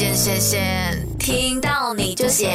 闲，听到你就闲。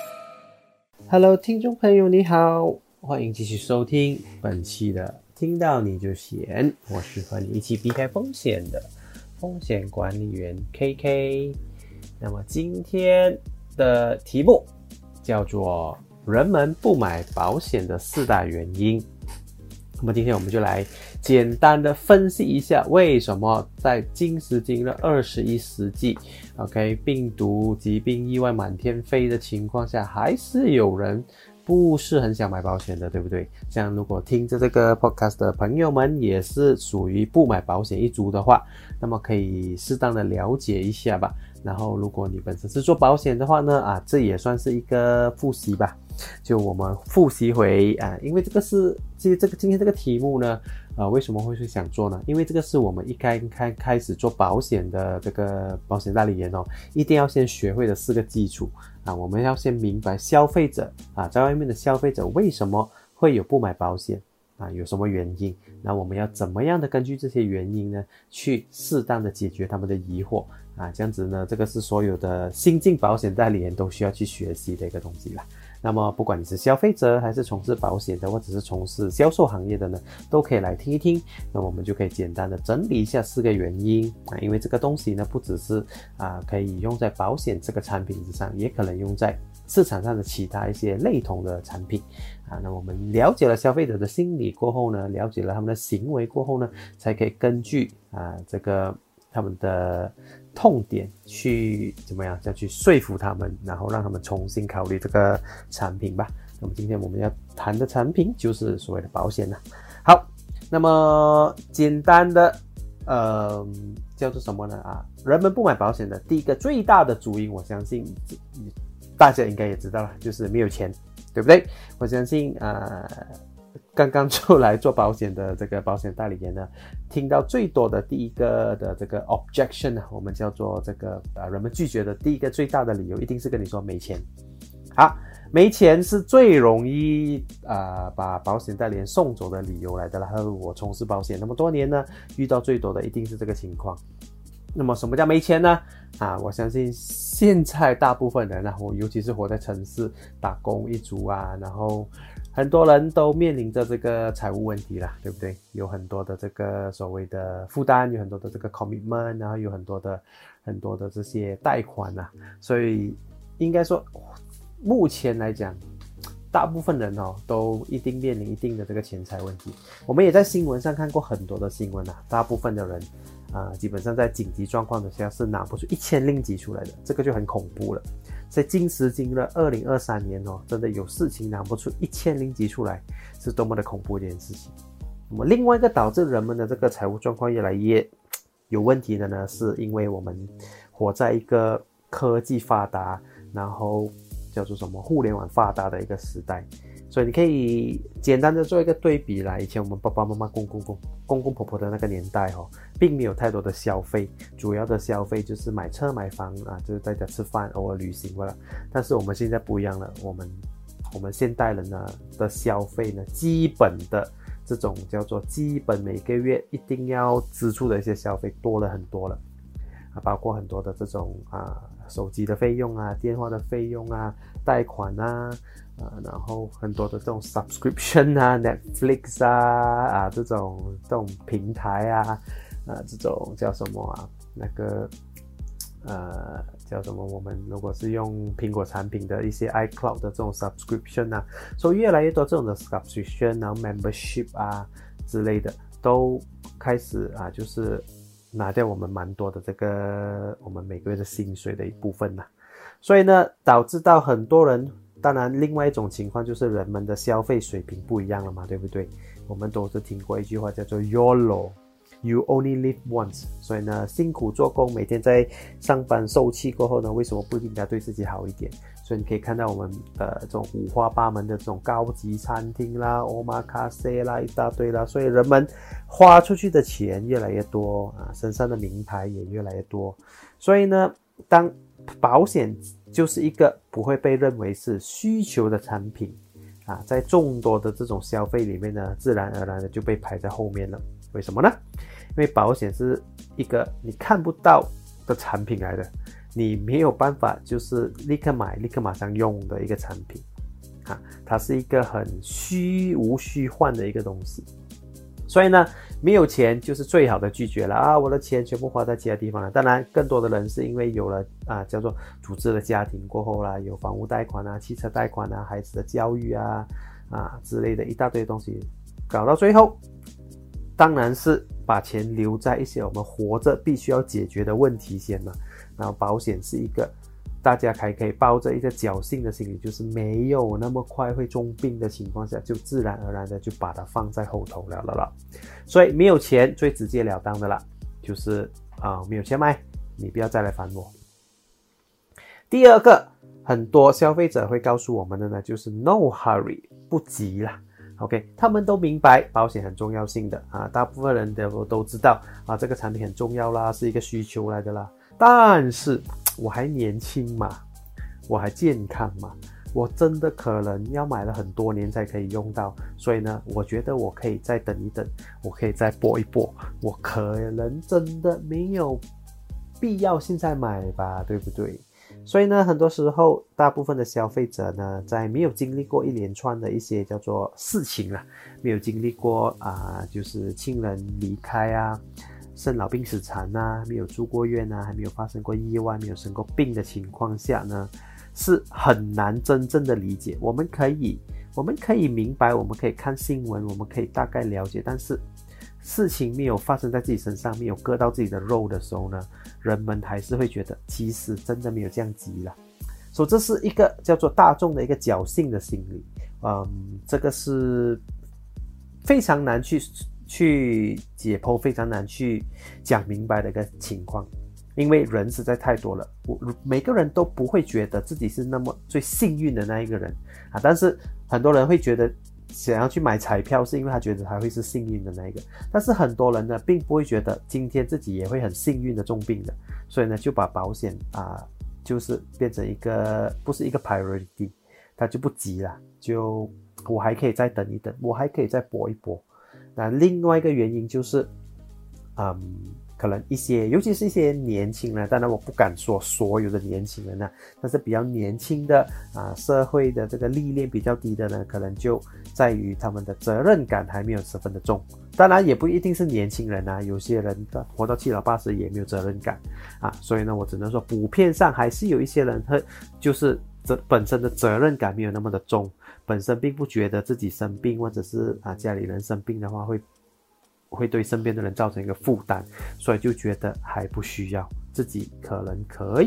Hello， 听众朋友你好，欢迎继续收听本期的听到你就闲，我是和你一起避开风险的风险管理员 KK。那么今天的题目叫做人们不买保险的4大原因。那么今天我们就来简单的分析一下，为什么在今时今日21世纪 病毒疾病意外满天飞的情况下，还是有人不是很想买保险的，对不对？像如果听着这个 podcast 的朋友们也是属于不买保险一族的话，那么可以适当的了解一下吧。然后如果你本身是做保险的话呢，这也算是一个复习吧。就我们复习回因为今天这个题目呢，为什么会想做呢？因为这个是我们一开始做保险的这个保险代理人一定要先学会的4个基础我们要先明白消费者在外面的消费者为什么会有不买保险有什么原因，那我们要怎么样的根据这些原因呢，去适当的解决他们的疑惑这样子呢，这个是所有的新进保险代理人都需要去学习的一个东西啦。那么不管你是消费者还是从事保险的，或者是从事销售行业的呢，都可以来听一听。那我们就可以简单的整理一下4个原因因为这个东西呢，不只是可以用在保险这个产品之上，也可能用在市场上的其他一些类同的产品那我们了解了消费者的心理过后呢，了解了他们的行为过后呢，才可以根据这个他们的痛点去怎么样再去说服他们，然后让他们重新考虑这个产品吧。那么今天我们要谈的产品就是所谓的保险好，那么简单的叫做什么呢人们不买保险的第一个最大的主因，我相信大家应该也知道了，就是没有钱，对不对？我相信刚刚出来做保险的这个保险代理人呢，听到最多的第一个的这个 objection 我们叫做这个人们拒绝的第一个最大的理由，一定是跟你说没钱。没钱是最容易把保险代理人送走的理由来的啦。我从事保险那么多年呢，遇到最多的一定是这个情况。那么什么叫没钱呢？我相信现在大部分人尤其是活在城市打工一族然后很多人都面临着这个财务问题啦，对不对？有很多的这个所谓的负担，有很多的这个 commitment， 然后有很多的这些贷款所以应该说目前来讲，大部分人都一定面临一定的这个钱财问题。我们也在新闻上看过很多的新闻大部分的人基本上在紧急状况的下是拿不出1000令吉出来的，这个就很恐怖了。在今时今日2023年真的有事情拿不出1000令吉出来，是多么的恐怖的一件事情。那么另外一个导致人们的这个财务状况越来越有问题的呢，是因为我们活在一个科技发达，然后叫做什么互联网发达的一个时代。所以你可以简单的做一个对比啦，以前我们爸爸妈妈公公婆婆的那个年代并没有太多的消费，主要的消费就是买车买房就是在家吃饭，偶尔旅行了。但是我们现在不一样了，我们现代人呢的消费呢，基本的这种叫做基本每个月一定要支出的一些消费多了很多了包括很多的这种手机的费用电话的费用贷款然后很多的这种 subscription Netflix 这种平台这种叫什么那个叫什么，我们如果是用苹果产品的一些 iCloud 的这种 subscription 所以越来越多这种的 subscription 然后 membership 之类的都开始就是拿掉我们蛮多的这个我们每个月的薪水的一部分所以呢导致到很多人，当然另外一种情况就是人们的消费水平不一样了嘛，对不对？我们都是听过一句话叫做 YOLO You only live once， 所以呢辛苦做工，每天在上班受气过后呢，为什么不应该对自己好一点？所以你可以看到我们的这种五花八门的这种高级餐厅啦 omakase 啦一大堆啦，所以人们花出去的钱越来越多身上的名牌也越来越多。所以呢当保险就是一个不会被认为是需求的产品在众多的这种消费里面呢，自然而然的就被排在后面了。为什么呢？因为保险是一个你看不到的产品来的， 你没有办法就是立刻买立刻马上用的一个产品它是一个很虚无虚幻的一个东西。所以呢，没有钱就是最好的拒绝了我的钱全部花在其他地方了。当然更多的人是因为有了叫做组织的家庭过后啦，有房屋贷款汽车贷款孩子的教育之类的一大堆东西，搞到最后当然是把钱留在一些我们活着必须要解决的问题先了。然后保险是一个大家还可以抱着一个侥幸的心理，就是没有那么快会中病的情况下，就自然而然的就把它放在后头了啦。所以没有钱最直截了当的啦，就是没有钱买，你不要再来烦我。第二个，很多消费者会告诉我们的呢，就是 no hurry， 不急啦。OK， 他们都明白保险很重要性的大部分人都知道这个产品很重要啦，是一个需求来的啦。但是我还年轻嘛，我还健康嘛，我真的可能要买了很多年才可以用到，所以呢，我觉得我可以再等一等，我可以再搏一搏，我可能真的没有必要现在买吧，对不对？所以呢，很多时候大部分的消费者呢，在没有经历过一连串的一些叫做事情没有经历过就是亲人离开生老病死残没有住过院还没有发生过意外，没有生过病的情况下呢，是很难真正的理解。我们可以明白，我们可以看新闻，我们可以大概了解，但是事情没有发生在自己身上，没有割到自己的肉的时候呢，人们还是会觉得其实真的没有这样急啦。所以这是一个叫做大众的一个侥幸的心理，这个是非常难去解剖，非常难去讲明白的一个情况，因为人实在太多了，每个人都不会觉得自己是那么最幸运的那一个人但是很多人会觉得想要去买彩票是因为他觉得他会是幸运的那一个，但是很多人呢并不会觉得今天自己也会很幸运的中病的，所以呢就把保险就是变成一个不是一个 priority， 他就不急啦，就我还可以再等一等，我还可以再搏一搏。那另外一个原因就是可能尤其是一些年轻人，当然我不敢说所有的年轻人但是比较年轻的社会的这个历练比较低的呢，可能就在于他们的责任感还没有十分的重。当然也不一定是年轻人有些人活到7老80也没有责任感所以呢我只能说普遍上还是有一些人就是本身的责任感没有那么的重，本身并不觉得自己生病或者是家里人生病的话会对身边的人造成一个负担，所以就觉得还不需要，自己可能可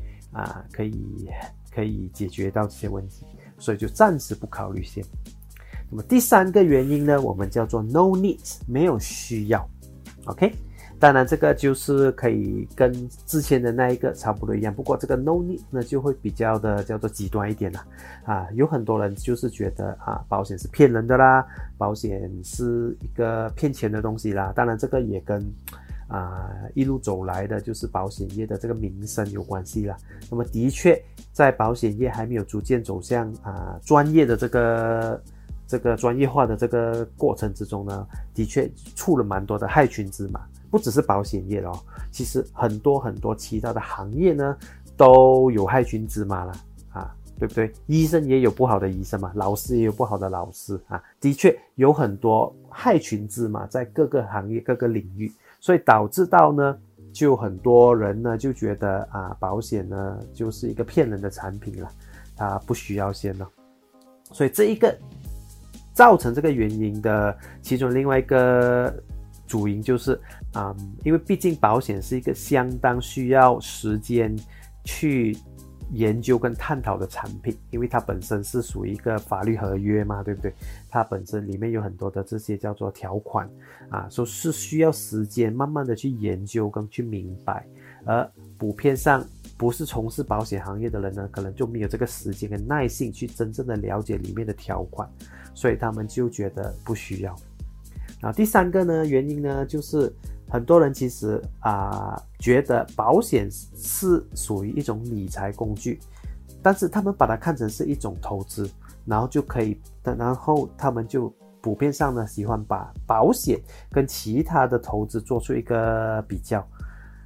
以解决到这些问题，所以就暂时不考虑先。那么第三个原因呢，我们叫做 no needs， 没有需要。 OK， 当然这个就是可以跟之前的那一个差不多一样，不过这个 no needs 呢就会比较的叫做极端一点有很多人就是觉得保险是骗人的啦，保险是一个骗钱的东西啦。当然这个也跟一路走来的就是保险业的这个名声有关系啦。那么的确在保险业还没有逐渐走向专业的这个专业化的这个过程之中呢，的确出了蛮多的害群之马，不只是保险业其实很多很多其他的行业呢都有害群之马了对不对？医生也有不好的医生嘛，老师也有不好的老师的确有很多害群之马在各个行业各个领域，所以导致到呢就很多人呢就觉得保险呢就是一个骗人的产品了，它不需要先了。所以这一个造成这个原因的其中另外一个主因就是因为毕竟保险是一个相当需要时间去研究跟探讨的产品，因为它本身是属于一个法律合约嘛，对不对？它本身里面有很多的这些叫做条款所以是需要时间慢慢的去研究跟去明白，而普遍上不是从事保险行业的人呢，可能就没有这个时间跟耐性去真正的了解里面的条款，所以他们就觉得不需要。然后第三个呢原因呢，就是很多人其实觉得保险是属于一种理财工具，但是他们把它看成是一种投资，然后他们就普遍上呢喜欢把保险跟其他的投资做出一个比较。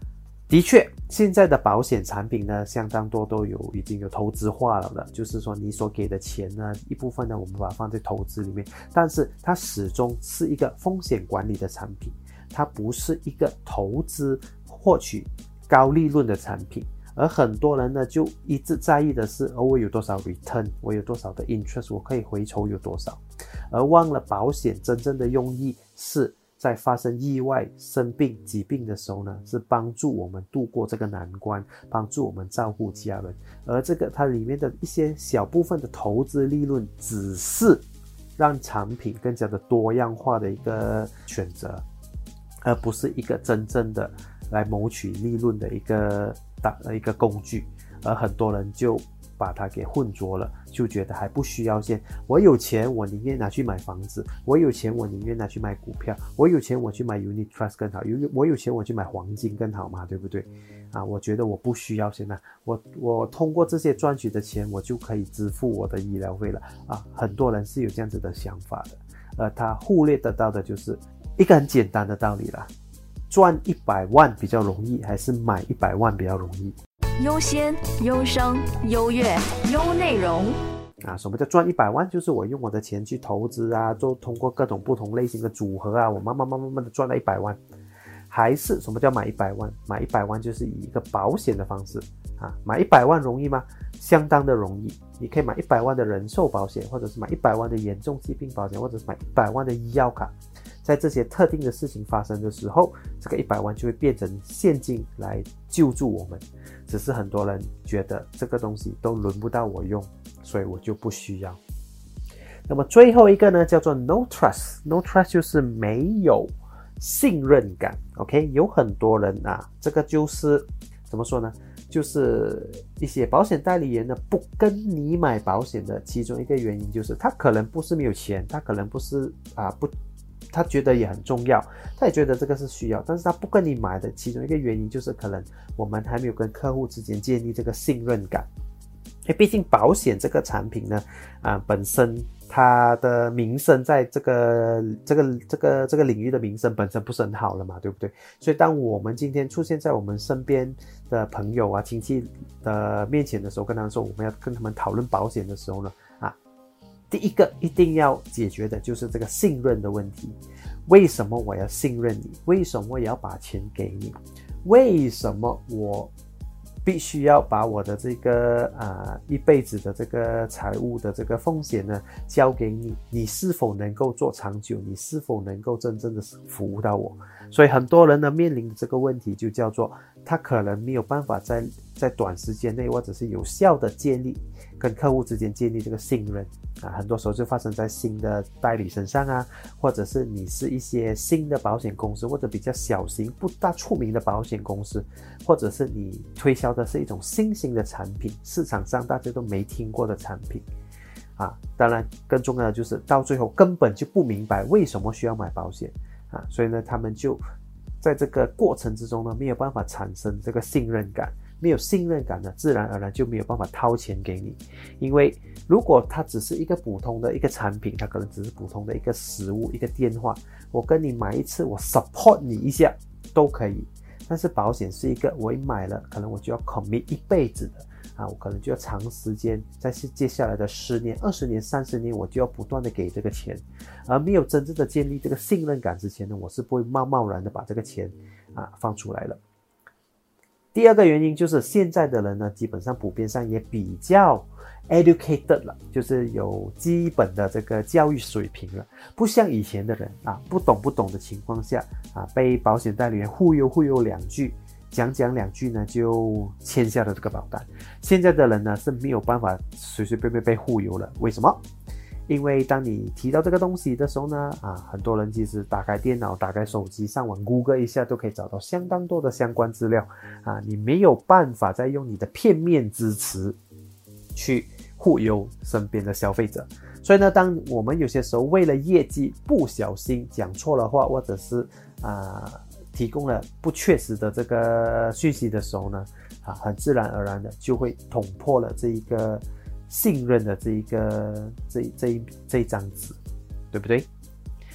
的确，现在的保险产品呢，相当多都已经有投资化了的，就是说你所给的钱呢，一部分呢我们把它放在投资里面，但是它始终是一个风险管理的产品，它不是一个投资获取高利润的产品。而很多人呢就一直在意的是，我有多少 return， 我有多少的 interest， 我可以回抽有多少，而忘了保险真正的用意是在发生意外、生病、疾病的时候呢，是帮助我们度过这个难关，帮助我们照顾家人。而这个它里面的一些小部分的投资利润，只是让产品更加的多样化的一个选择，而不是一个真正的来谋取利润的一个工具。而很多人就把它给混浊了，就觉得还不需要先，我有钱我宁愿拿去买房子，我有钱我宁愿拿去买股票，我有钱我去买 unit trust 更好，我有钱我去买黄金更好嘛，对不对我觉得我不需要先我通过这些赚取的钱，我就可以支付我的医疗费了很多人是有这样子的想法的，他忽略得到的就是一个很简单的道理啦，赚100万比较容易，还是买100万比较容易？ 优先、优生、优越、优内容什么叫赚100万？就是我用我的钱去投资就通过各种不同类型的组合我慢慢的赚了100万。还是什么叫买100万？买100万就是以一个保险的方式买100万容易吗？相当的容易。你可以买100万的人寿保险，或者是买100万的严重疾病保险，或者是买100万的医药卡。在这些特定的事情发生的时候，这个100万就会变成现金来救助我们。只是很多人觉得这个东西都轮不到我用，所以我就不需要。那么最后一个呢，叫做 no trust。 no trust 就是没有信任感。 OK， 有很多人这个就是怎么说呢，就是一些保险代理人呢不跟你买保险的其中一个原因，就是他可能不是没有钱，他可能不是他觉得也很重要，他也觉得这个是需要，但是他不跟你买的其中一个原因就是可能我们还没有跟客户之间建立这个信任感。毕竟保险这个产品呢本身它的名声在这个领域的名声本身不是很好了嘛，对不对？所以当我们今天出现在我们身边的朋友亲戚的面前的时候，跟他们说我们要跟他们讨论保险的时候呢第一个一定要解决的就是这个信任的问题。为什么我要信任你？为什么我也要把钱给你？为什么我必须要把我的这个一辈子的这个财务的这个风险呢交给你？你是否能够做长久？你是否能够真正的服务到我？所以很多人呢面临的这个问题就叫做他可能没有办法在短时间内或者是有效的跟客户之间建立这个信任很多时候就发生在新的代理身上或者是你是一些新的保险公司，或者比较小型不大出名的保险公司，或者是你推销的是一种新兴的产品，市场上大家都没听过的产品当然更重要的就是到最后根本就不明白为什么需要买保险所以呢他们就在这个过程之中呢没有办法产生这个信任感。没有信任感呢，自然而然就没有办法掏钱给你。因为如果它只是一个普通的一个产品，它可能只是普通的一个食物，一个电话，我跟你买一次，我 support 你一下都可以。但是保险是一个我一买了可能我就要 commit 一辈子的我可能就要长时间，在接下来的10年、20年、30年，我就要不断的给这个钱。而没有真正的建立这个信任感之前呢，我是不会贸然的把这个钱放出来了。第二个原因就是现在的人呢，基本上普遍上也比较 educated 了，就是有基本的这个教育水平了，不像以前的人不懂的情况下被保险代理人忽悠两句，讲两句呢就签下了这个保单。现在的人呢是没有办法随便被忽悠了。为什么？因为当你提到这个东西的时候呢很多人其实打开电脑、打开手机、上网 Google 一下都可以找到相当多的相关资料你没有办法再用你的片面之词去忽悠身边的消费者。所以呢，当我们有些时候为了业绩不小心讲错了话，或者是提供了不确实的这个讯息的时候呢很自然而然的就会捅破了这一个信任的这一张纸，对不对？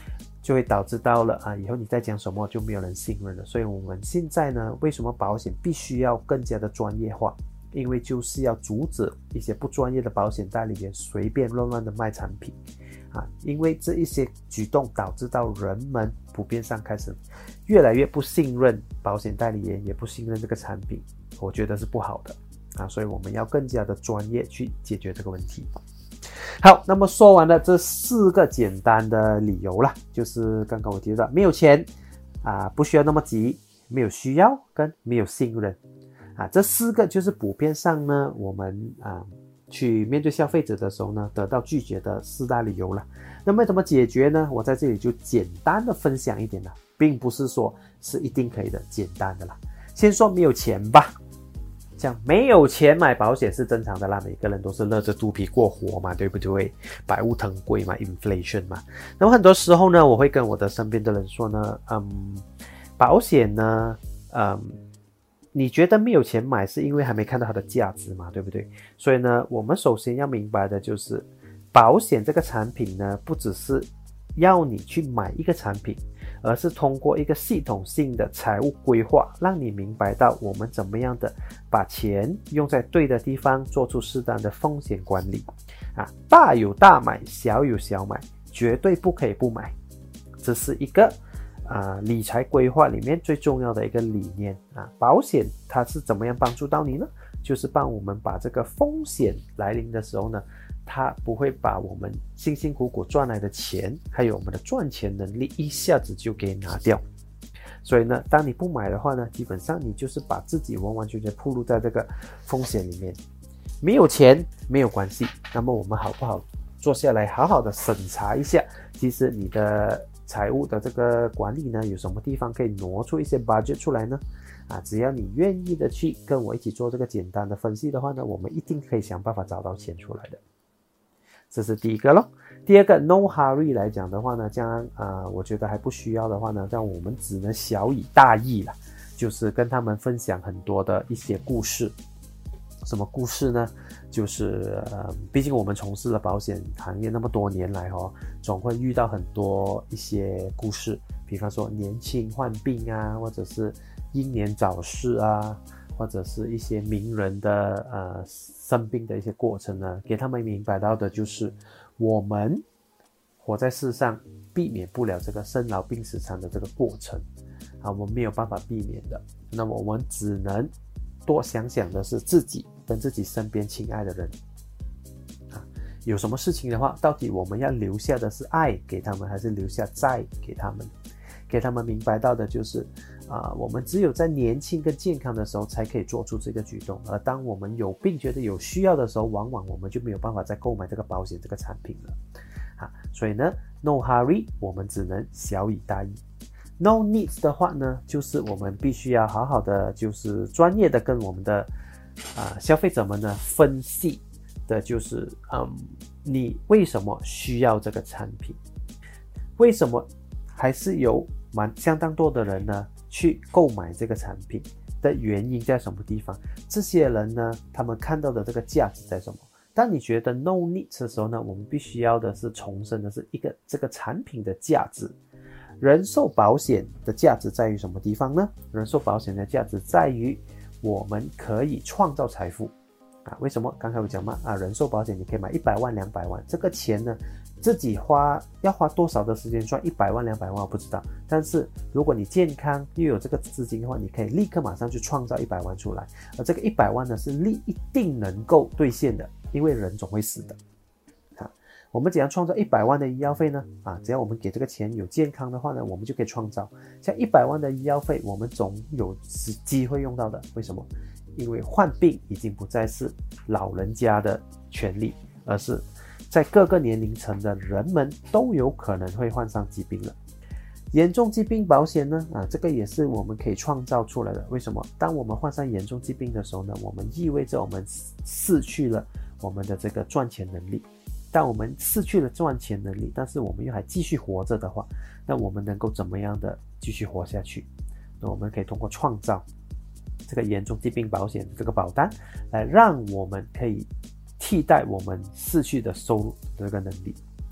就会导致到了以后你再讲什么就没有人信任了。所以我们现在呢，为什么保险必须要更加的专业化？因为就是要阻止一些不专业的保险代理人随便乱乱的卖产品因为这一些举动导致到人们普遍上开始越来越不信任保险代理人，也不信任这个产品，我觉得是不好的所以我们要更加的专业去解决这个问题。好，那么说完了这4个简单的理由啦，就是刚刚我提到没有钱不需要那么急，没有需要跟没有信任这4个就是普遍上呢我们去面对消费者的时候呢得到拒绝的4大理由了。那么怎么解决呢？我在这里就简单的分享一点了，并不是说是一定可以的，简单的啦。先说没有钱吧，这样没有钱买保险是正常的啦，每个人都是勒着肚皮过活嘛，对不对？百物腾贵嘛 ，inflation 嘛。那么很多时候呢，我会跟我的身边的人说呢，保险呢，你觉得没有钱买是因为还没看到它的价值嘛，对不对？所以呢，我们首先要明白的就是保险这个产品呢，不只是要你去买一个产品，而是通过一个系统性的财务规划，让你明白到我们怎么样的把钱用在对的地方，做出适当的风险管理大有大买，小有小买，绝对不可以不买。这是一个理财规划里面最重要的一个理念保险它是怎么样帮助到你呢？就是帮我们把这个风险来临的时候呢，它不会把我们辛辛苦苦赚来的钱，还有我们的赚钱能力一下子就给拿掉。所以呢，当你不买的话呢，基本上你就是把自己完完全全暴露在这个风险里面。没有钱没有关系，那么我们好不好坐下来好好的审查一下，其实你的财务的这个管理呢，有什么地方可以挪出一些 budget 出来呢？只要你愿意的去跟我一起做这个简单的分析的话呢，我们一定可以想办法找到钱出来的。这是第一个咯。第二个 no hurry 来讲的话呢，这样我觉得还不需要的话呢，这样我们只能小以大义了，就是跟他们分享很多的一些故事。什么故事呢？就是毕竟我们从事了保险行业那么多年来总会遇到很多一些故事，比方说年轻患病或者是英年早逝或者是一些名人的生病的一些过程呢，给他们明白到的就是我们活在世上避免不了这个生老病死残的这个过程我们没有办法避免的，那么我们只能多想想的是自己跟自己身边亲爱的人有什么事情的话，到底我们要留下的是爱给他们，还是留下债给他们？给他们明白到的就是我们只有在年轻跟健康的时候才可以做出这个举动，而当我们有病觉得有需要的时候，往往我们就没有办法再购买这个保险这个产品了所以呢 no hurry 我们只能小以大义。No needs 的话呢，就是我们必须要好好的就是专业的跟我们的消费者们呢分析的就是你为什么需要这个产品，为什么还是有相当多的人呢去购买这个产品的原因在什么地方，这些人呢他们看到的这个价值在什么。当你觉得 no needs 的时候呢，我们必须要的是重申的是这个产品的价值。人寿保险的价值在于什么地方呢？人寿保险的价值在于我们可以创造财富为什么？刚才我讲嘛人寿保险你可以买100万200万，这个钱呢自己要花多少的时间赚100万200万我不知道，但是如果你健康又有这个资金的话，你可以立刻马上去创造100万出来，而这个100万呢是一定能够兑现的，因为人总会死的我们怎样创造100万的医药费呢？只要我们给这个钱有健康的话呢，我们就可以创造像100万的医药费，我们总有机会用到的。为什么？因为患病已经不再是老人家的权利，而是在各个年龄层的人们都有可能会患上疾病了。严重疾病保险呢这个也是我们可以创造出来的。为什么？当我们患上严重疾病的时候呢，我们意味着我们失去了我们的这个赚钱能力。当我们失去了赚钱能力，但是我们又还继续活着的话，那我们能够怎么样的继续活下去？那我们可以通过创造这个严重疾病保险这个保单，来让我们可以替代我们失去的收入的这个能力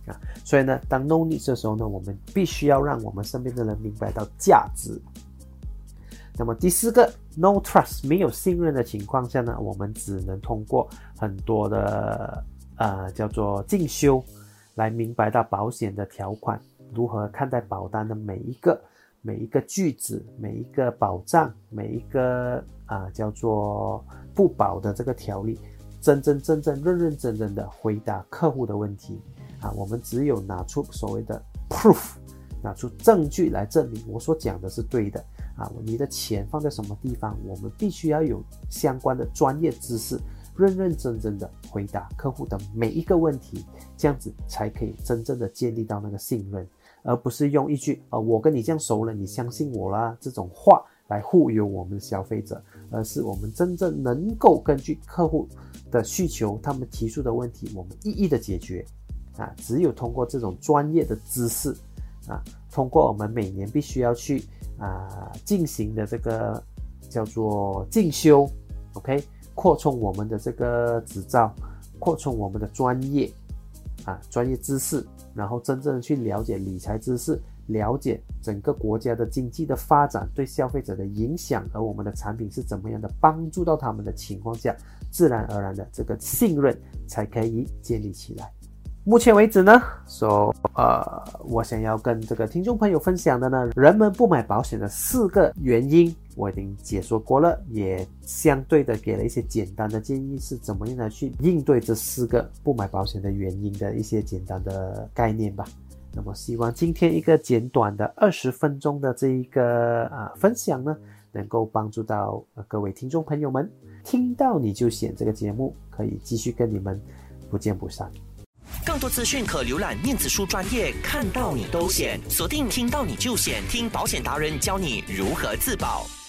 所以呢，当 no need 的时候呢，我们必须要让我们身边的人明白到价值。那么第4个 no trust 没有信任的情况下呢，我们只能通过很多的叫做进修来明白到保险的条款，如何看待保单的每一个句子，每一个保障，每一个叫做不保的这个条例，真真正的回答客户的问题我们只有拿出所谓的 proof， 拿出证据来证明我所讲的是对的你的钱放在什么地方，我们必须要有相关的专业知识，认真的回答客户的每一个问题，这样子才可以真正的建立到那个信任，而不是用一句我跟你这样熟了，你相信我啦这种话来忽悠我们的消费者，而是我们真正能够根据客户的需求，他们提出的问题，我们一一的解决只有通过这种专业的知识通过我们每年必须要去进行的这个叫做进修 OK， 扩充我们的这个执照，扩充我们的专业知识，然后真正的去了解理财知识，了解整个国家的经济的发展对消费者的影响，而我们的产品是怎么样的帮助到他们的情况下，自然而然的这个信任才可以建立起来。目前为止呢我想要跟这个听众朋友分享的呢，人们不买保险的4个原因我已经解说过了，也相对的给了一些简单的建议，是怎么样的去应对这4个不买保险的原因的一些简单的概念吧。那么希望今天一个简短的20分钟的这一个分享呢，能够帮助到各位听众朋友们。听到你就险这个节目可以继续跟你们不见不散。 更多资讯可浏览面子书专业，看到你都险，锁定听到你就险，听保险达人教你如何自保。